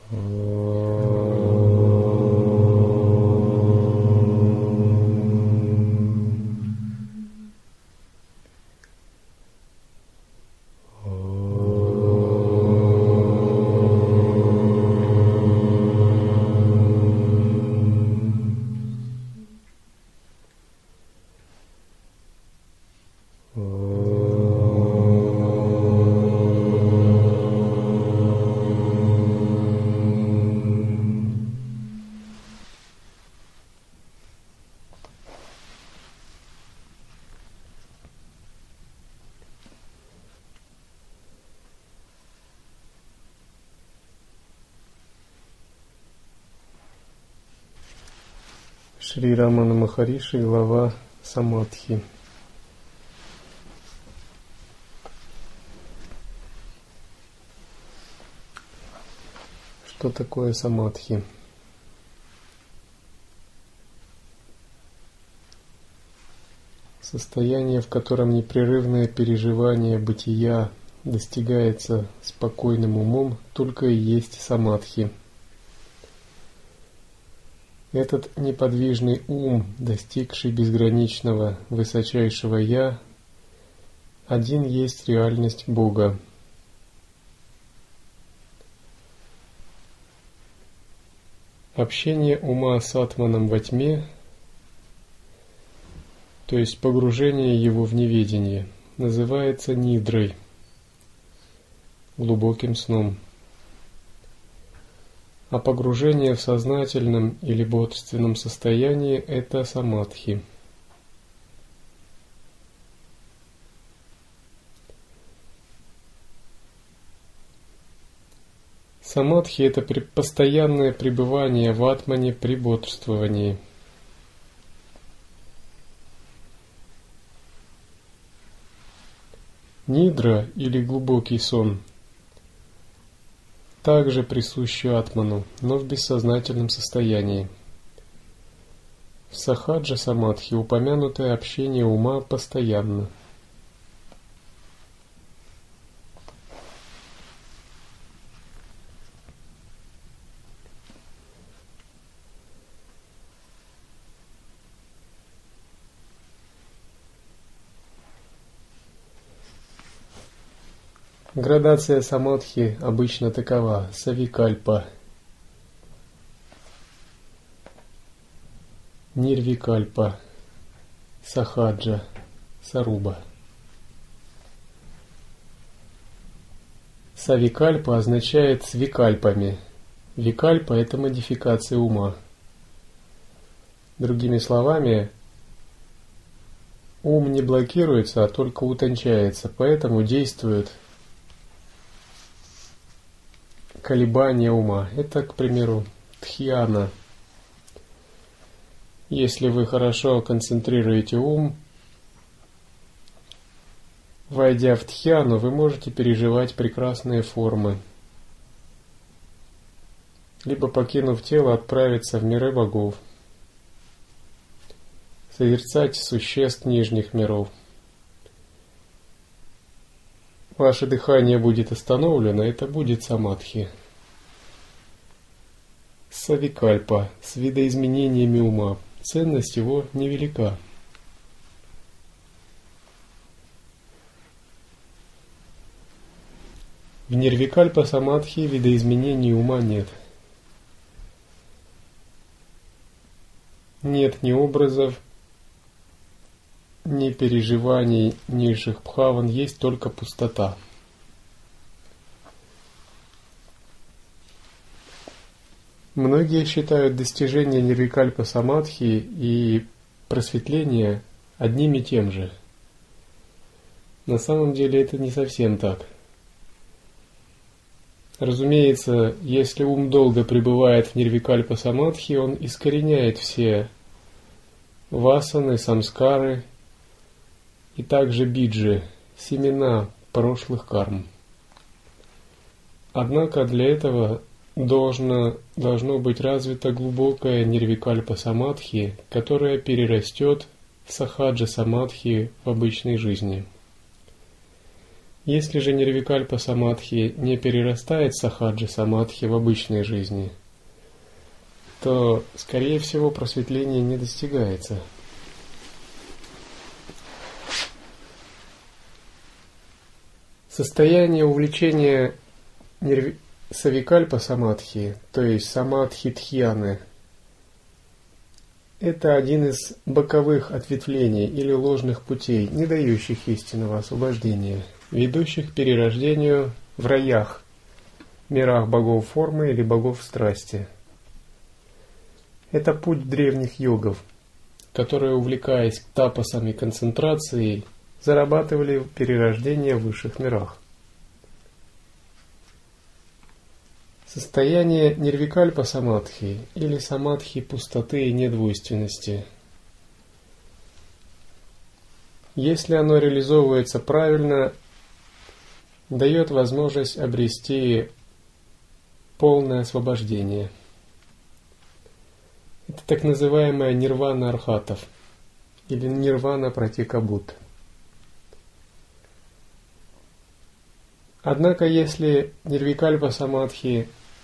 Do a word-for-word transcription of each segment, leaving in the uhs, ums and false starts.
Шри Рамана Махариши, глава Самадхи. Что такое самадхи? Состояние, в котором непрерывное переживание бытия достигается спокойным умом, только и есть самадхи. Этот неподвижный ум, достигший безграничного, высочайшего «Я», один есть реальность Бога. Общение ума с атманом во тьме, то есть погружение его в неведение, называется нидрой, глубоким сном. А погружение в сознательном или бодрственном состоянии – это самадхи. Самадхи – это постоянное пребывание в атмане при бодрствовании. Нидра или глубокий сон также присущи атману, но в бессознательном состоянии. В сахаджа самадхи упомянутое общение ума постоянно. Градация самадхи обычно такова: савикальпа, нирвикальпа, сахаджа, саруба. Савикальпа означает «с викальпами». Викальпа – это модификация ума. Другими словами, ум не блокируется, а только утончается, поэтому действует колебания ума. Это, к примеру, дхьяна. Если вы хорошо концентрируете ум, войдя в дхьяну, вы можете переживать прекрасные формы, либо, покинув тело, отправиться в миры богов, созерцать существ нижних миров. Ваше дыхание будет остановлено, это будет самадхи. Савикальпа, с видоизменениями ума. Ценность его невелика. В нирвикальпа самадхи видоизменений ума нет. Нет ни образов, ни переживаний низших бхаван, есть только пустота. Многие считают достижение нирвикальпа самадхи и просветление одним и тем же. На самом деле это не совсем так. Разумеется, если ум долго пребывает в нирвикальпа самадхи, он искореняет все васаны, самскары и также биджи, семена прошлых карм. Однако для этого должно, должно быть развито глубокое нирвикальпа самадхи, которое перерастет в сахаджа самадхи в обычной жизни. Если же нирвикальпа самадхи не перерастает сахаджи самадхи в обычной жизни, то, скорее всего, просветление не достигается. Состояние увлечения нирви... савикальпа самадхи, то есть самадхи дхьяны, это один из боковых ответвлений или ложных путей, не дающих истинного освобождения, ведущих к перерождению в раях, мирах богов формы или богов страсти. Это путь древних йогов, которые, увлекаясь тапасом и концентрацией, зарабатывали перерождение в высших мирах. Состояние нирвикальпа самадхи или самадхи пустоты и недвойственности. Если оно реализовывается правильно, дает возможность обрести полное освобождение. Это так называемая нирвана архатов или нирвана пратикабут. Однако, если нирвикальпа самадхи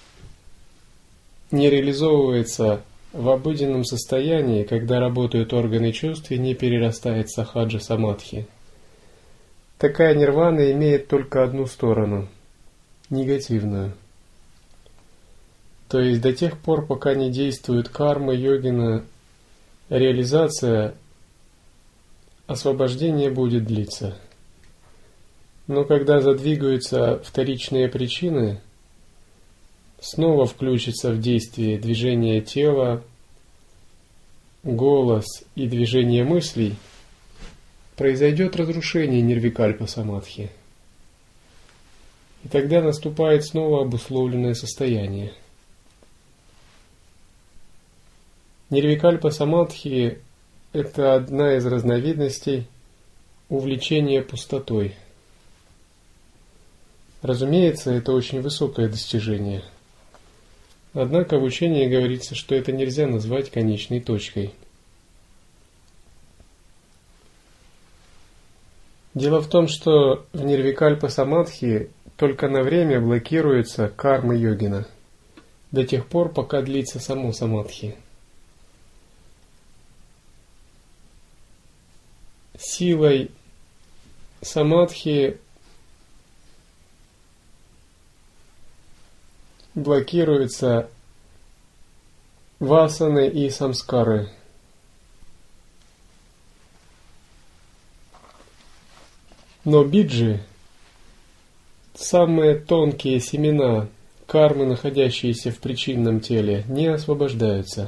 не реализовывается в обыденном состоянии, когда работают органы чувств и не перерастает сахаджа самадхи, такая нирвана имеет только одну сторону – негативную. То есть до тех пор, пока не действует карма, йогина, реализация, освобождение будет длиться. Но когда задвигаются вторичные причины, снова включится в действие движение тела, голос и движение мыслей, произойдет разрушение нирвикальпа самадхи. И тогда наступает снова обусловленное состояние. Нирвикальпа самадхи – это одна из разновидностей увлечения пустотой. Разумеется, это очень высокое достижение. Однако в учении говорится, что это нельзя назвать конечной точкой. Дело в том, что в нирвикальпа самадхи только на время блокируется карма йогина, до тех пор, пока длится само самадхи. Силой самадхи блокируются васаны и самскары. Но биджи, самые тонкие семена кармы, находящиеся в причинном теле, не освобождаются.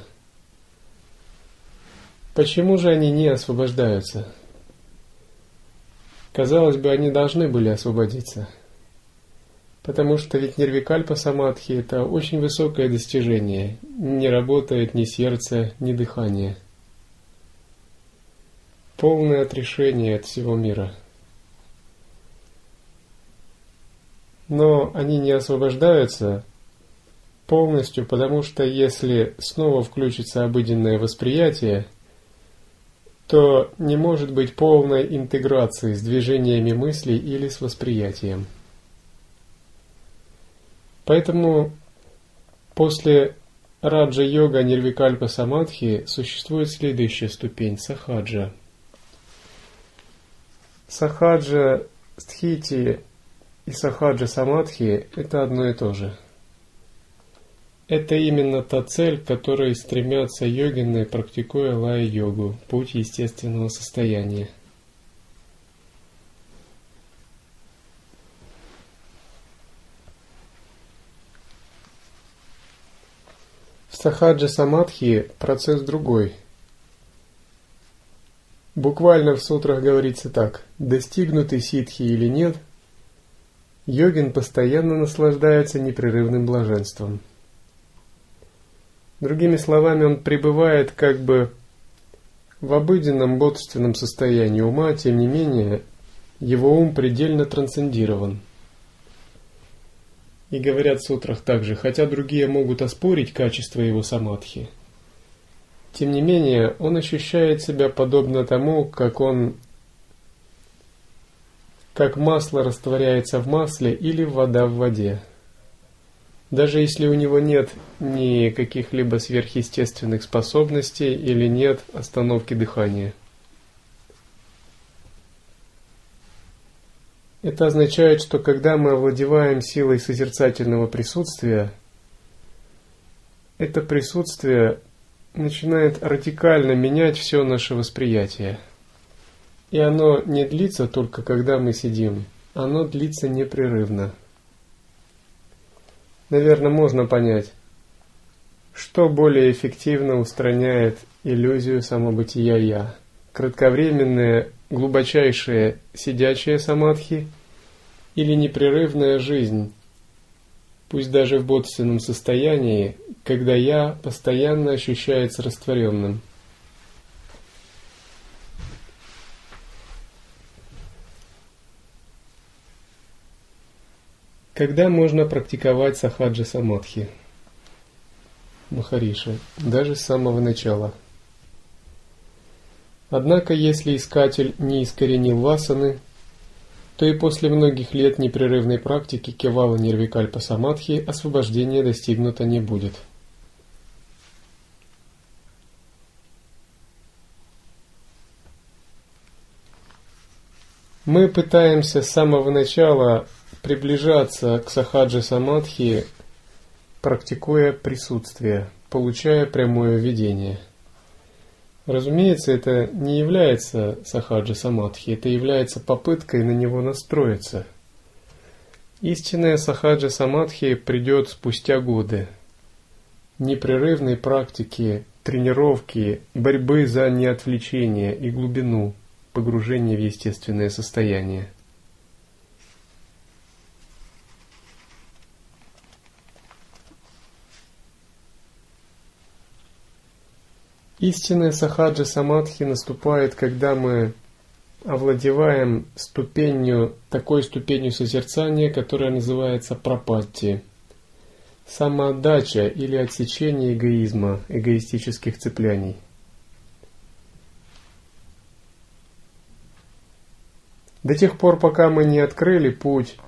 Почему же они не освобождаются? Казалось бы, они должны были освободиться. Потому что ведь нирвикальпа самадхи – это очень высокое достижение. Не работает ни сердце, ни дыхание. Полное отрешение от всего мира. Но они не освобождаются полностью, потому что если снова включится обыденное восприятие, то не может быть полной интеграции с движениями мыслей или с восприятием. Поэтому после раджа-йога нирвикальпа самадхи существует следующая ступень – сахаджа. Сахаджа стхити и сахаджа самадхи – это одно и то же. Это именно та цель, к которой стремятся йогины, практикуя лая-йогу, путь естественного состояния. В сахаджа самадхи процесс другой. Буквально в сутрах говорится так: достигнутый ситхи или нет, йогин постоянно наслаждается непрерывным блаженством. Другими словами, он пребывает как бы в обыденном бодственном состоянии ума, тем не менее, его ум предельно трансцендирован. И говорят в сутрах также, хотя другие могут оспорить качество его самадхи, тем не менее, он ощущает себя подобно тому, как он как масло растворяется в масле или вода в воде. Даже если у него нет ни каких-либо сверхъестественных способностей или нет остановки дыхания. Это означает, что когда мы овладеваем силой созерцательного присутствия, это присутствие начинает радикально менять все наше восприятие. И оно не длится только когда мы сидим, оно длится непрерывно. Наверное, можно понять, что более эффективно устраняет иллюзию самобытия «я». Кратковременное, глубочайшее сидячее самадхи или непрерывная жизнь, пусть даже в бодхисаттвенном состоянии, когда «я» постоянно ощущается растворенным. Когда можно практиковать сахаджа самадхи? Махариши, даже с самого начала. Однако, если искатель не искоренил васаны, то и после многих лет непрерывной практики кевала нирвикальпа самадхи освобождение достигнуто не будет. Мы пытаемся с самого начала приближаться к сахаджа самадхи, практикуя присутствие, получая прямое видение. Разумеется, это не является сахаджа самадхи, это является попыткой на него настроиться. Истинная сахаджа самадхи придет спустя годы непрерывной практики, тренировки, борьбы за неотвлечение и глубину, погружения в естественное состояние. Истинная сахаджа самадхи наступает, когда мы овладеваем ступенью, такой ступенью созерцания, которая называется прапатти, самоотдача или отсечение эгоизма, эгоистических цепляний. До тех пор, пока мы не открыли путь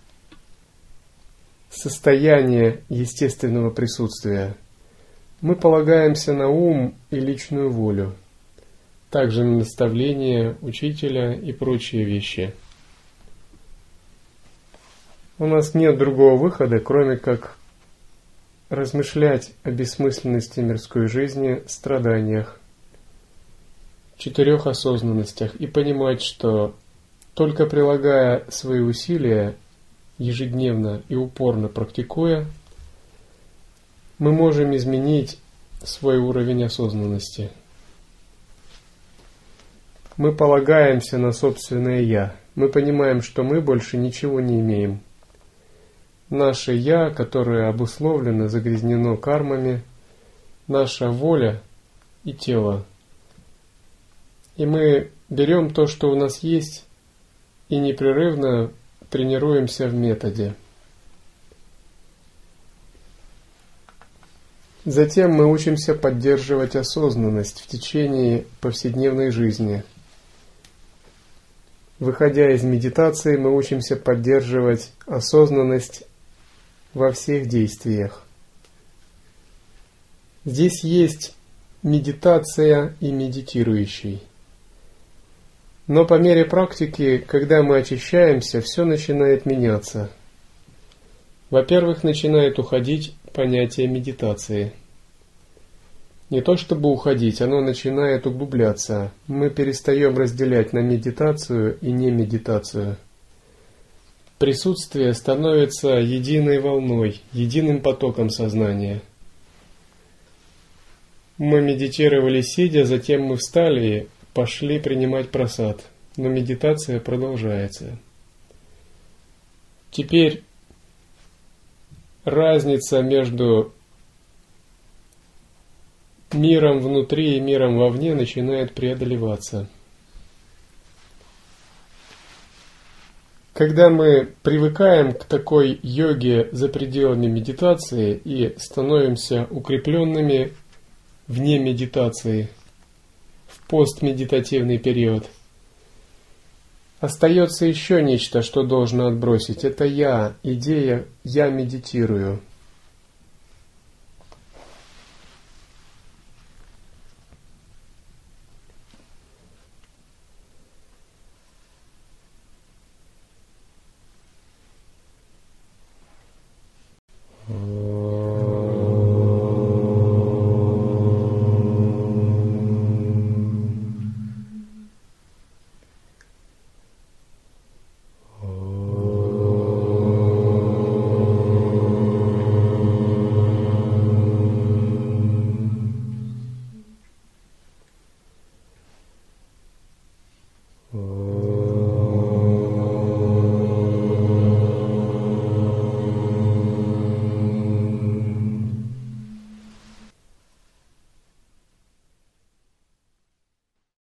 состояния естественного присутствия, мы полагаемся на ум и личную волю, также на наставления учителя и прочие вещи. У нас нет другого выхода, кроме как размышлять о бессмысленности мирской жизни, страданиях, четырех осознанностях и понимать, что только прилагая свои усилия, ежедневно и упорно практикуя, мы можем изменить свой уровень осознанности. Мы полагаемся на собственное «я». Мы понимаем, что мы больше ничего не имеем. Наше «я», которое обусловлено, загрязнено кармами, наша воля и тело. И мы берем то, что у нас есть, и непрерывно тренируемся в методе. Затем мы учимся поддерживать осознанность в течение повседневной жизни. Выходя из медитации, мы учимся поддерживать осознанность во всех действиях. Здесь есть медитация и медитирующий. Но по мере практики, когда мы очищаемся, все начинает меняться. Во-первых, начинает уходить понятие медитации. Не то чтобы уходить, оно начинает углубляться. Мы перестаем разделять на медитацию и не медитацию. Присутствие становится единой волной, единым потоком сознания. Мы медитировали сидя, затем мы встали и пошли принимать прасад, но медитация продолжается. Теперь разница между миром внутри и миром вовне начинает преодолеваться. Когда мы привыкаем к такой йоге за пределами медитации и становимся укрепленными вне медитации, в постмедитативный период, Остается еще нечто, что должно отбросить. Это я, идея «я медитирую».